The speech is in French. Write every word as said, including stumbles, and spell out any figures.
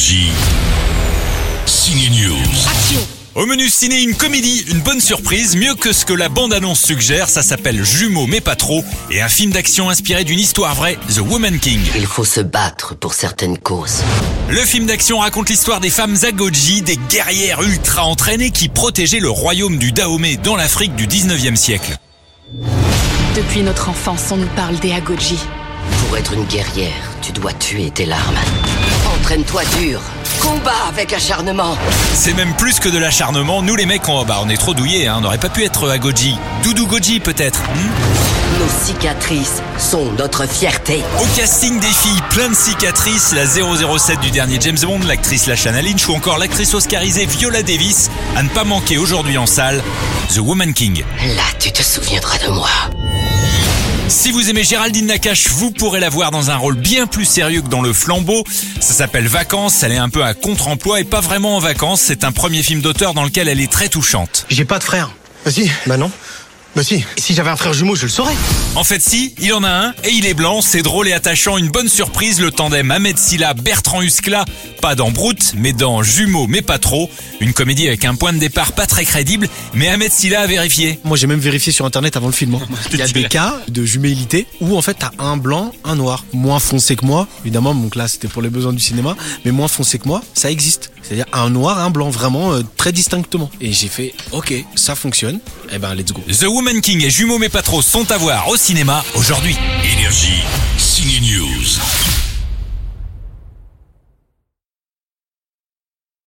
Énergie. Ciné News. Action. Au menu ciné, une comédie, une bonne surprise, mieux que ce que la bande-annonce suggère, ça s'appelle Jumeaux mais pas trop, et un film d'action inspiré d'une histoire vraie, The Woman King. Il faut se battre pour certaines causes. Le film d'action raconte l'histoire des femmes Agoji, des guerrières ultra entraînées qui protégeaient le royaume du Dahomey dans l'Afrique du dix-neuvième siècle. Depuis notre enfance, on nous parle des Agoji. Pour être une guerrière, tu dois tuer tes larmes. Entraîne-toi dur. Combat avec acharnement. C'est même plus que de l'acharnement, nous les mecs, on, bah, on est trop douillés, hein, on n'aurait pas pu être Agoji. Doudou Goji peut-être. Hmm Nos cicatrices sont notre fierté. Au casting des filles, plein de cicatrices, la zéro zéro sept du dernier James Bond, l'actrice Lashana Lynch ou encore l'actrice oscarisée Viola Davis, à ne pas manquer aujourd'hui en salle, The Woman King. Là, tu te souviendras de moi. Si vous aimez Géraldine Nakache, vous pourrez la voir dans un rôle bien plus sérieux que dans Le Flambeau. Ça s'appelle Vacances, elle est un peu à contre-emploi et pas vraiment en vacances. C'est un premier film d'auteur dans lequel elle est très touchante. J'ai pas de frère. Bah si, bah non. Bah si, si j'avais un frère jumeau, je le saurais. En fait si, il en a un et il est blanc, c'est drôle et attachant, une bonne surprise, le tandem Ahmed Silla, Bertrand Huskla, pas dans Brut, mais dans Jumeaux mais pas trop. Une comédie avec un point de départ pas très crédible, mais Ahmed Silla a vérifié. Moi j'ai même vérifié sur internet avant le film. Il y a des cas de juméillité où en fait t'as un blanc, un noir. Moins foncé que moi, évidemment, donc là c'était pour les besoins du cinéma, mais moins foncé que moi, ça existe. C'est-à-dire un noir, un blanc, vraiment euh, très distinctement. Et j'ai fait, ok, ça fonctionne, et ben let's go. The Woman King et Jumeaux mais pas trop sont à voir au cinéma aujourd'hui. Énergie. Ciné News.